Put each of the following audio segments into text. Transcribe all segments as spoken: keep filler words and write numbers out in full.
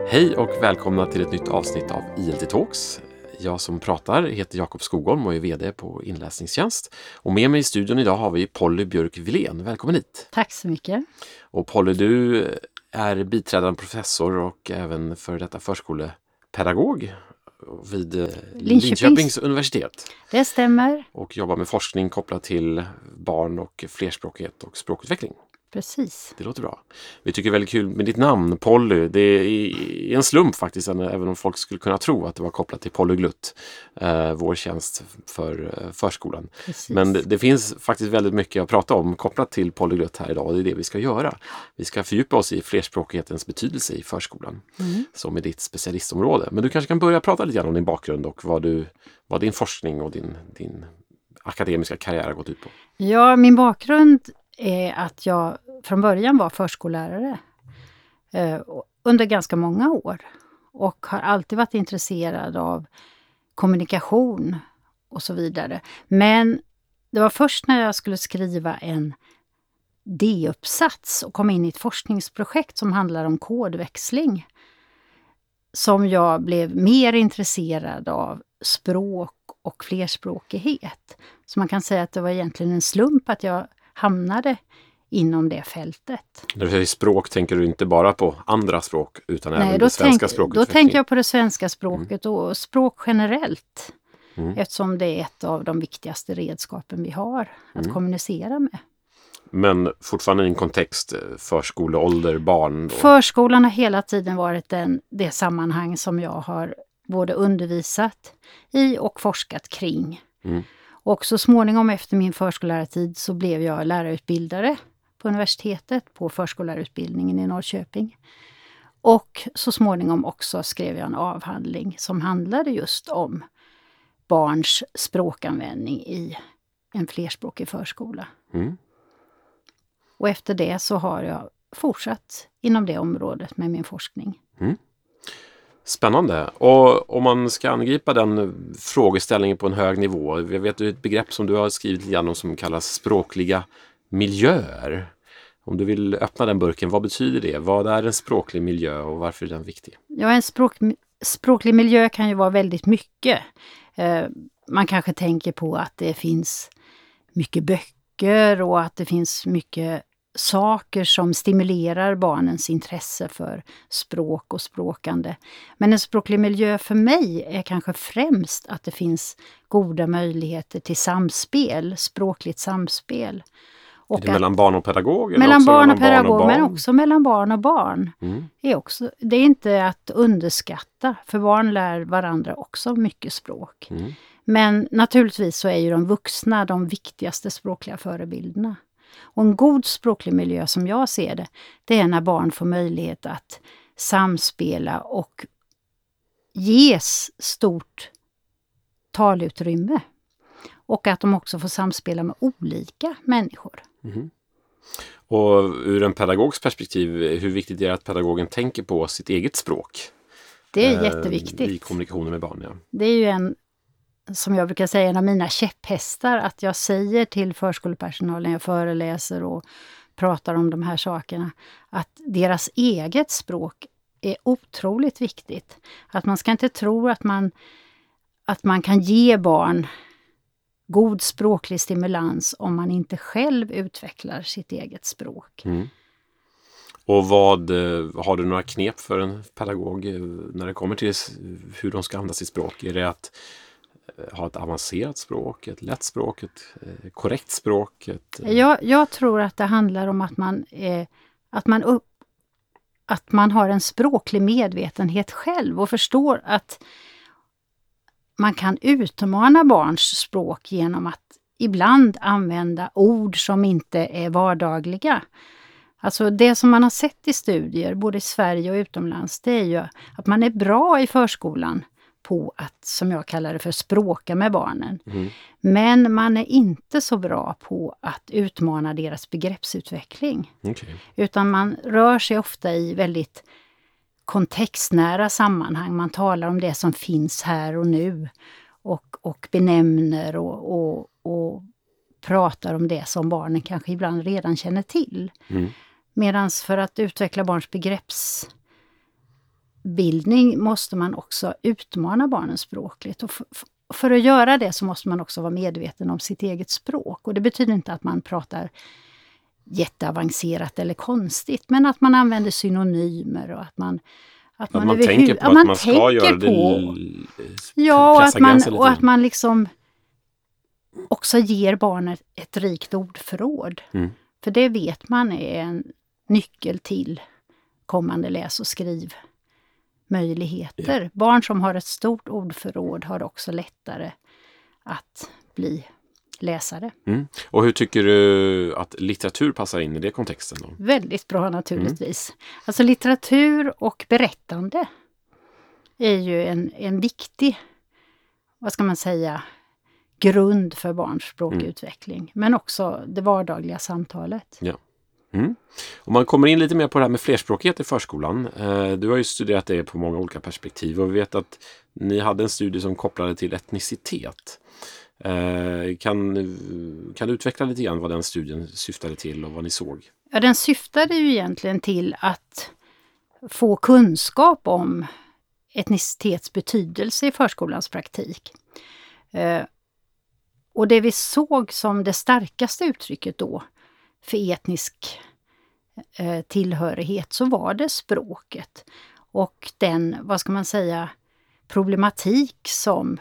Hej och välkomna till ett nytt avsnitt av I L T Talks. Jag som pratar heter Jakob Skogholm och är vd på Inläsningstjänst. Och med mig i studion idag har vi Polly Björk-Wilén. Välkommen hit! Tack så mycket! Och Polly, du är biträdande professor och även för detta förskolepedagog vid Linköpings, Linköpings universitet. Det stämmer. Och jobbar med forskning kopplat till barn och flerspråkighet och språkutveckling. Precis. Det låter bra. Vi tycker det är väldigt kul med ditt namn, Polly. Det är en slump faktiskt, även om folk skulle kunna tro att det var kopplat till Polyglutt, eh, vår tjänst för eh, förskolan. Precis. Men det, det finns faktiskt väldigt mycket att prata om kopplat till Polyglutt här idag, och det är det vi ska göra. Vi ska fördjupa oss i flerspråkighetens betydelse i förskolan, mm. som är ditt specialistområde. Men du kanske kan börja prata lite grann om din bakgrund och vad, du, vad din forskning och din, din akademiska karriär har gått ut på. Ja, min bakgrund är att jag från början var förskollärare eh, under ganska många år och har alltid varit intresserad av kommunikation och så vidare. Men det var först när jag skulle skriva en D-uppsats och kom in i ett forskningsprojekt som handlar om kodväxling som jag blev mer intresserad av språk och flerspråkighet. Så man kan säga att det var egentligen en slump att jag hamnade inom det fältet. När du säger språk tänker du inte bara på andra språk utan Nej, även det svenska tänk, språket? Då tänker jag på det svenska språket mm. och språk generellt. Mm. Eftersom det är ett av de viktigaste redskapen vi har att mm. kommunicera med. Men fortfarande i en kontext förskoleålder, barn? Då. Förskolan har hela tiden varit den, det sammanhang som jag har både undervisat i och forskat kring. Mm. Och så småningom efter min förskollärartid så blev jag lärarutbildare på universitetet på förskollärarutbildningen i Norrköping. Och så småningom också skrev jag en avhandling som handlade just om barns språkanvändning i en flerspråkig förskola. Mm. Och efter det så har jag fortsatt inom det området med min forskning. Mm. Spännande. Och om man ska angripa den frågeställningen på en hög nivå. Jag vet ett begrepp som du har skrivit lite grann om som kallas språkliga miljöer. Om du vill öppna den burken, vad betyder det? Vad är en språklig miljö och varför är den viktig? Ja, en språk, språklig miljö kan ju vara väldigt mycket. Eh, man kanske tänker på att det finns mycket böcker och att det finns mycket saker som stimulerar barnens intresse för språk och språkande. Men en språklig miljö för mig är kanske främst att det finns goda möjligheter till samspel, språkligt samspel. Och är det mellan barn och pedagog? Eller mellan också barn och mellan pedagog, barn och barn? men också mellan barn och barn. Mm. Är också, det är inte att underskatta, för barn lär varandra också mycket språk. Mm. Men naturligtvis så är ju de vuxna de viktigaste språkliga förebilderna. Och en god språklig miljö som jag ser det, det är när barn får möjlighet att samspela och ges stort talutrymme. Och att de också får samspela med olika människor. Mm. Och ur en pedagogs perspektiv, hur viktigt är det att pedagogen tänker på sitt eget språk? Det är eh, jätteviktigt. I kommunikationen med barn, ja. Det är ju en, som jag brukar säga, en av mina käpphästar, att jag säger till förskolepersonalen, jag föreläser och pratar om de här sakerna, att deras eget språk är otroligt viktigt. Att man ska inte tro att man, att man kan ge barn god språklig stimulans om man inte själv utvecklar sitt eget språk. Mm. Och vad, har du några knep för en pedagog när det kommer till hur de ska använda sitt språk? Är det att ha ett avancerat språk, ett lätt språk, ett korrekt språk? Ett... Jag, jag tror att det handlar om att man, eh, att, man upp, att man har en språklig medvetenhet själv och förstår att man kan utmana barns språk genom att ibland använda ord som inte är vardagliga. Alltså det som man har sett i studier, både i Sverige och utomlands, det är ju att man är bra i förskolan på att, som jag kallar det för, språka med barnen. Mm. Men man är inte så bra på att utmana deras begreppsutveckling. Okay. Utan man rör sig ofta i väldigt kontextnära sammanhang. Man talar om det som finns här och nu och, och benämner och, och, och pratar om det som barnen kanske ibland redan känner till. Mm. Medan för att utveckla barns begreppsvärld språkbildning måste man också utmana barnen språkligt. Och för, för att göra det så måste man också vara medveten om sitt eget språk. Och det betyder inte att man pratar jätteavancerat eller konstigt, men att man använder synonymer och att man Att man, att man överhu- tänker på att att man, man ska tänker göra det, på, l- ja, och pressa att, man, gränsen lite. och att man liksom också ger barnet ett rikt ordförråd. Mm. För det vet man är en nyckel till kommande läs- och skrivmöjligheter. Ja. Barn som har ett stort ordförråd har också lättare att bli läsare. Mm. Och hur tycker du att litteratur passar in i det kontexten då? Väldigt bra naturligtvis. Mm. Alltså litteratur och berättande är ju en, en viktig, vad ska man säga, grund för barns språkutveckling. Mm. Men också det vardagliga samtalet. Ja. Mm. Om man kommer in lite mer på det här med flerspråkighet i förskolan. Eh, du har ju studerat det på många olika perspektiv och vi vet att ni hade en studie som kopplade till etnicitet. Eh, kan, kan du utveckla lite grann vad den studien syftade till och vad ni såg? Ja, den syftade ju egentligen till att få kunskap om etnicitets betydelse i förskolans praktik. Eh, och det vi såg som det starkaste uttrycket då för etnisk eh, tillhörighet så var det språket. Och den, vad ska man säga, problematik som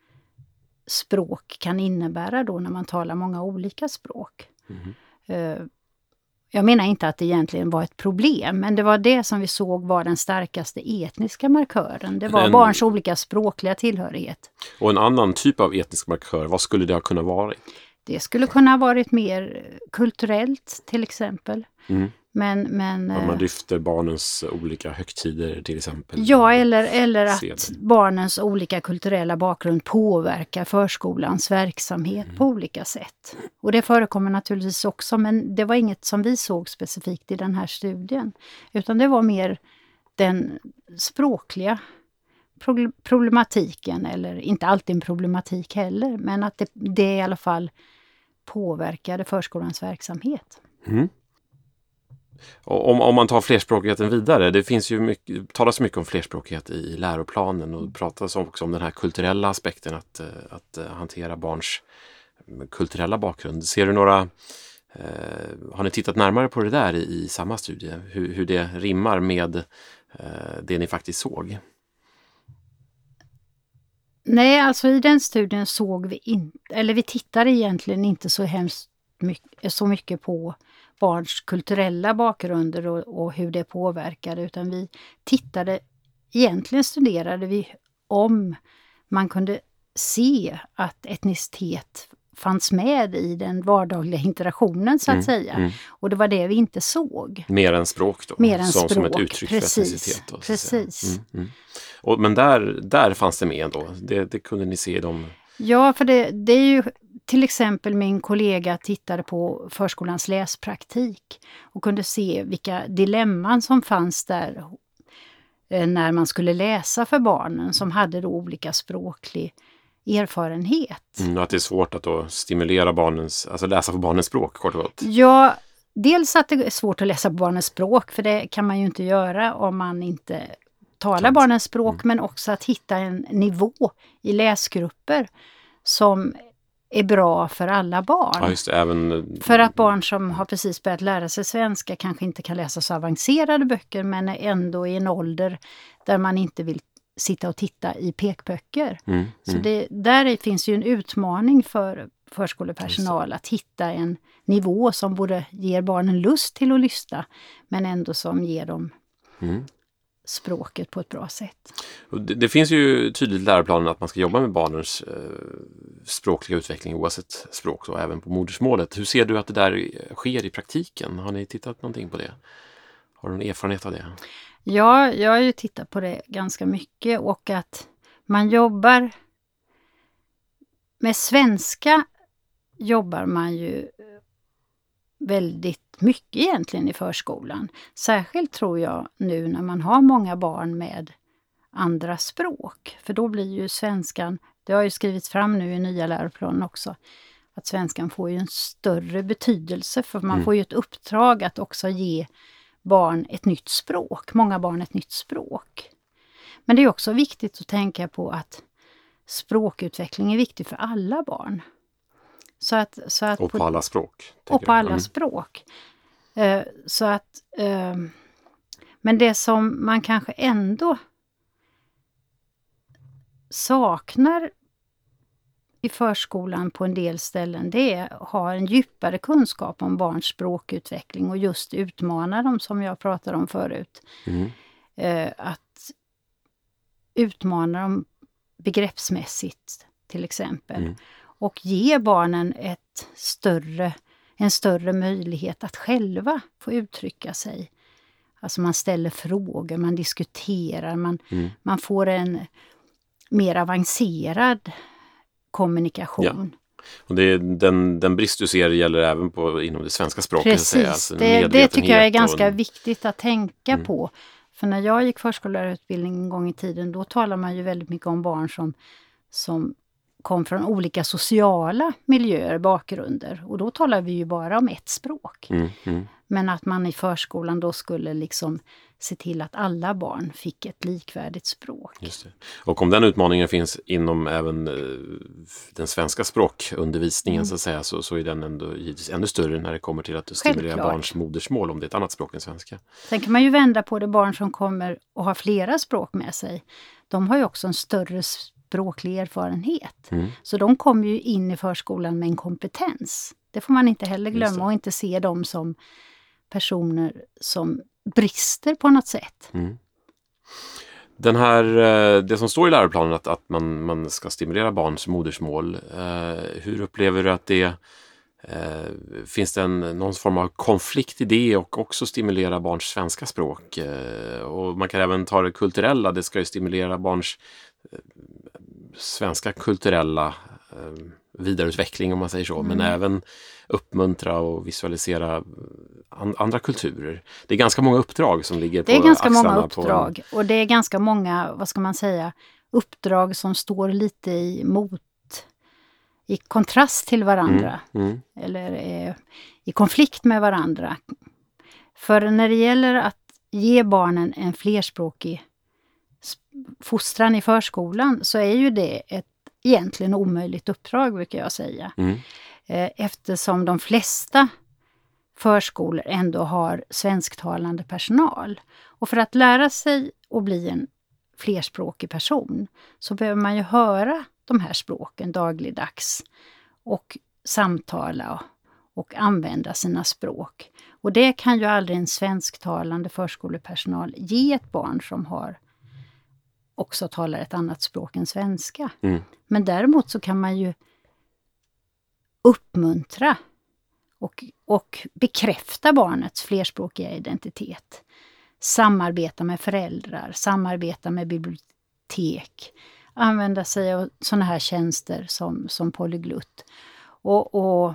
språk kan innebära då när man talar många olika språk. Mm. Eh, Jag menar inte att det egentligen var ett problem, men det var det som vi såg var den starkaste etniska markören. Det var en, barns olika språkliga tillhörighet. Och en annan typ av etnisk markör, vad skulle det ha kunnat vara? Det skulle kunna ha varit mer kulturellt till exempel. Mm. Men, men, ja, man lyfter barnens olika högtider till exempel. Ja, eller, eller att barnens olika kulturella bakgrund påverkar förskolans verksamhet mm. på olika sätt. Och det förekommer naturligtvis också, men det var inget som vi såg specifikt i den här studien. Utan det var mer den språkliga problematiken, eller inte alltid en problematik heller, men att det, det i alla fall påverkade förskolans verksamhet. Mm. Om, om man tar flerspråkigheten vidare, det finns ju mycket, talas mycket om flerspråkighet i läroplanen och pratas också om den här kulturella aspekten att, att hantera barns kulturella bakgrund. Ser du några, eh, har ni tittat närmare på det där i, i samma studie? Hur, hur det rimmar med eh, det ni faktiskt såg? Nej, alltså i den studien såg vi inte, eller vi tittade egentligen inte så hemskt mycket, så mycket på barns kulturella bakgrunder och, och hur det påverkade, utan vi tittade, egentligen studerade vi om man kunde se att etnicitet fanns med i den vardagliga interaktionen så att mm, säga. Mm. Och det var det vi inte såg. Mer än språk då? Mer än som, språk, som ett uttryck precis, för etnicitet då? Precis. Mm, mm. Och, men där, där fanns det med ändå? Det, det kunde ni se i de... Ja, för det, det är ju till exempel min kollega tittade på förskolans läspraktik och kunde se vilka dilemman som fanns där när man skulle läsa för barnen som hade då olika språklig erfarenhet. Mm, att det är svårt att då stimulera barnens, alltså läsa för barnens språk kort och gott. Ja, dels att det är svårt att läsa på barnens språk, för det kan man ju inte göra om man inte talar Klart. barnens språk, mm. men också att hitta en nivå i läsgrupper som är bra för alla barn. Ja, just det, även... För att barn som har precis börjat lära sig svenska kanske inte kan läsa så avancerade böcker, men är ändå i en ålder där man inte vill sitta och titta i pekböcker. Mm, mm. Så det, där finns ju en utmaning för förskolepersonal att hitta en nivå som både ger barnen lust till att lyssna, men ändå som ger dem mm. språket på ett bra sätt. Det, det finns ju tydligt i läroplanen att man ska jobba med barnens eh, språkliga utveckling oavsett språk och även på modersmålet. Hur ser du att det där sker i praktiken? Har ni tittat någonting på det? Har du någon erfarenhet av det? Ja, jag har ju tittat på det ganska mycket, och att man jobbar med svenska jobbar man ju väldigt mycket egentligen i förskolan. Särskilt tror jag nu när man har många barn med andra språk. För då blir ju svenskan, det har ju skrivits fram nu i nya läroplanen också, att svenskan får ju en större betydelse, för man mm. får ju ett uppdrag att också ge barn ett nytt språk, många barn ett nytt språk. Men det är också viktigt att tänka på att språkutveckling är viktig för alla barn. Så att, så att och på, på alla språk. Och på alla mm. språk. Uh, så att, uh, men det som man kanske ändå saknar i förskolan på en del ställen, det är att ha en djupare kunskap om barns språkutveckling och just utmana dem, som jag pratade om förut. Mm. Uh, att utmana dem begreppsmässigt till exempel. Mm. Och ge barnen ett större, en större möjlighet att själva få uttrycka sig. Alltså man ställer frågor, man diskuterar, man, mm. man får en mer avancerad kommunikation. Ja. Och det är den, den brist du ser gäller även på, inom det svenska språket. Precis, alltså det, det tycker jag är ganska och... viktigt att tänka mm. på. För när jag gick förskollärarutbildning en gång i tiden, då talar man ju väldigt mycket om barn som, som kom från olika sociala miljöer, bakgrunder. Och då talar vi ju bara om ett språk. Mm, mm. Men att man i förskolan då skulle liksom se till att alla barn fick ett likvärdigt språk. Just det. Och om den utmaningen finns inom även eh, den svenska språkundervisningen mm. så att säga, så, så är den ändå givetvis ännu större när det kommer till att stimulera Självklart. Barns modersmål om det är ett annat språk än svenska. Sen kan man ju vända på det, barn som kommer och har flera språk med sig. De har ju också en större språklig erfarenhet. Mm. Så de kommer ju in i förskolan med en kompetens. Det får man inte heller glömma och inte se dem som personer som brister på något sätt. Mm. Den här, det som står i läroplanen att, att man, man ska stimulera barns modersmål. Eh, hur upplever du att det eh, finns det en, någon form av konflikt i det och också stimulera barns svenska språk? Eh, och man kan även ta det kulturella, det ska ju stimulera barns eh, svenska kulturella eh, vidareutveckling om man säger så, mm. men även uppmuntra och visualisera an- andra kulturer. Det är ganska många uppdrag som ligger på axlarna. Det är ganska axlarna många uppdrag på... och det är ganska många, vad ska man säga, uppdrag som står lite i mot, i kontrast till varandra mm. Mm. eller är i konflikt med varandra. För när det gäller att ge barnen en flerspråkig fostran i förskolan så är ju det ett egentligen omöjligt uppdrag, brukar jag säga. Mm. Eftersom de flesta förskolor ändå har svensktalande personal. Och för att lära sig att bli en flerspråkig person så behöver man ju höra de här språken dagligdags och samtala och använda sina språk. Och det kan ju aldrig en svensktalande förskolepersonal ge ett barn som har också talar ett annat språk än svenska. Mm. Men däremot så kan man ju uppmuntra och, och bekräfta barnets flerspråkiga identitet. Samarbeta med föräldrar, samarbeta med bibliotek, använda sig av sådana här tjänster som, som polyglutt och, och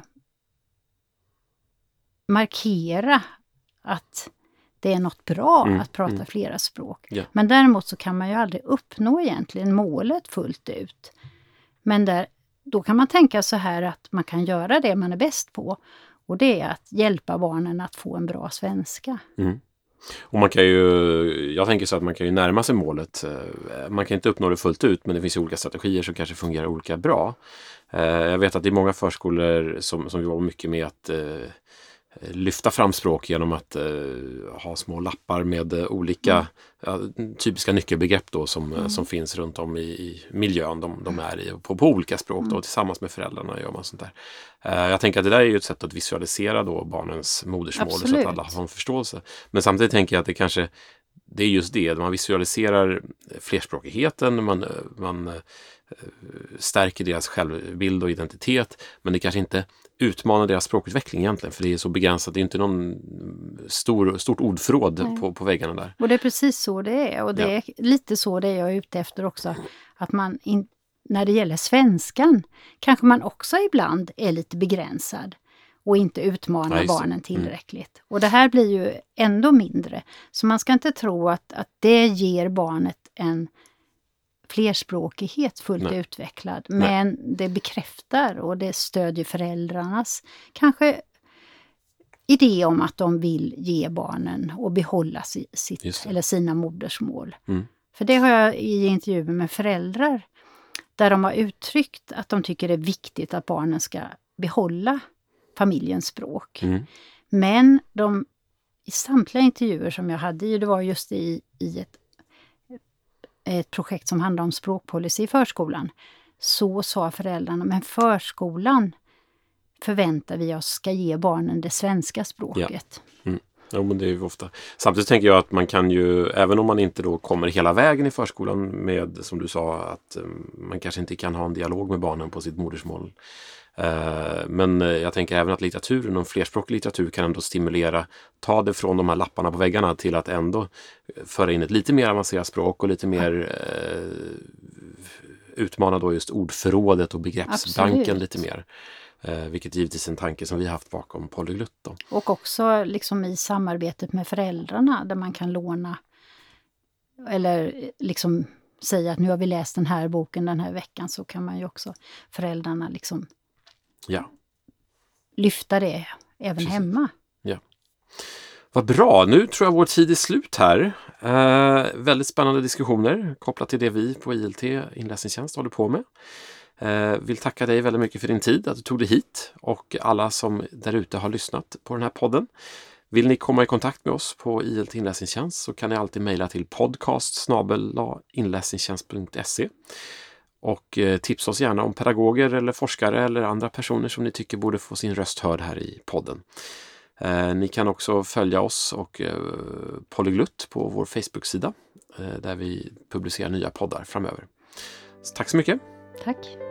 markera att det är något bra mm, att prata mm. flera språk. Yeah. Men däremot så kan man ju aldrig uppnå egentligen målet fullt ut. Men där, då kan man tänka så här att man kan göra det man är bäst på. Och det är att hjälpa barnen att få en bra svenska. Mm. Och man kan ju, jag tänker så att man kan ju närma sig målet. Man kan inte uppnå det fullt ut, men det finns ju olika strategier som kanske fungerar olika bra. Jag vet att det är många förskolor som, som jobbar mycket med att lyfta fram språk genom att uh, ha små lappar med uh, olika uh, typiska nyckelbegrepp då som, mm. uh, som finns runt om i, i miljön de, de är i på, på olika språk då, mm. tillsammans med föräldrarna gör man sånt där. Uh, jag tänker att det där är ju ett sätt att visualisera då barnens modersmål. Absolut. Så att alla har en förståelse. Men samtidigt tänker jag att det kanske det är just det, man visualiserar flerspråkigheten, man, man stärker deras självbild och identitet, men det kanske inte utmanar deras språkutveckling egentligen, för det är så begränsat, det är inte någon stor, stort ordförråd på, på väggarna där. Och det är precis så det är, och det ja. är lite så det är jag är ute efter också, att man in, när det gäller svenskan kanske man också ibland är lite begränsad och inte utmanar Nej, barnen tillräckligt. Mm. Och det här blir ju ändå mindre. Så man ska inte tro att, att det ger barnet en flerspråkighet fullt Nej. utvecklad. Men Nej. det bekräftar och det stödjer föräldrarnas kanske idé om att de vill ge barnen och behålla sitt, eller sina modersmål. Mm. För det har jag i intervjuer med föräldrar där de har uttryckt att de tycker det är viktigt att barnen ska behålla familjens språk. Mm. Men de, i samtliga intervjuer som jag hade, det var just i, i ett, ett projekt som handlar om språkpolicy i förskolan, så sa föräldrarna, men förskolan förväntar vi oss ska ge barnen det svenska språket. Ja. Mm. Ja, men det är ju ofta. Samtidigt tänker jag att man kan ju, även om man inte då kommer hela vägen i förskolan med, som du sa, att um, man kanske inte kan ha en dialog med barnen på sitt modersmål. Uh, men uh, jag tänker även att litteraturen och flerspråkig litteratur kan ändå stimulera, ta det från de här lapparna på väggarna till att ändå föra in ett lite mer avancerat språk och lite mer uh, utmana då just ordförrådet och begreppsbanken Absolut. Lite mer. Eh, vilket givetvis är en tanke som vi haft bakom Polyglutt då. Och också liksom i samarbetet med föräldrarna där man kan låna eller liksom säga att nu har vi läst den här boken den här veckan, så kan man ju också föräldrarna liksom ja. lyfta det även Precis. Hemma. Ja. Vad bra, nu tror jag vår tid är slut här. Eh, väldigt spännande diskussioner kopplat till det vi på I L T inläsningstjänst håller på med. Eh, vill tacka dig väldigt mycket för din tid, att du tog dig hit, och alla som där ute har lyssnat på den här podden. Vill ni komma i kontakt med oss på I L T inläsningstjänst så kan ni alltid mejla till podcast snabel-a inläsningstjänst punkt se och eh, tipsa oss gärna om pedagoger eller forskare eller andra personer som ni tycker borde få sin röst hörd här i podden. Eh, ni kan också följa oss och eh, Polyglutt på vår Facebook-sida eh, där vi publicerar nya poddar framöver. Så tack så mycket! Tack!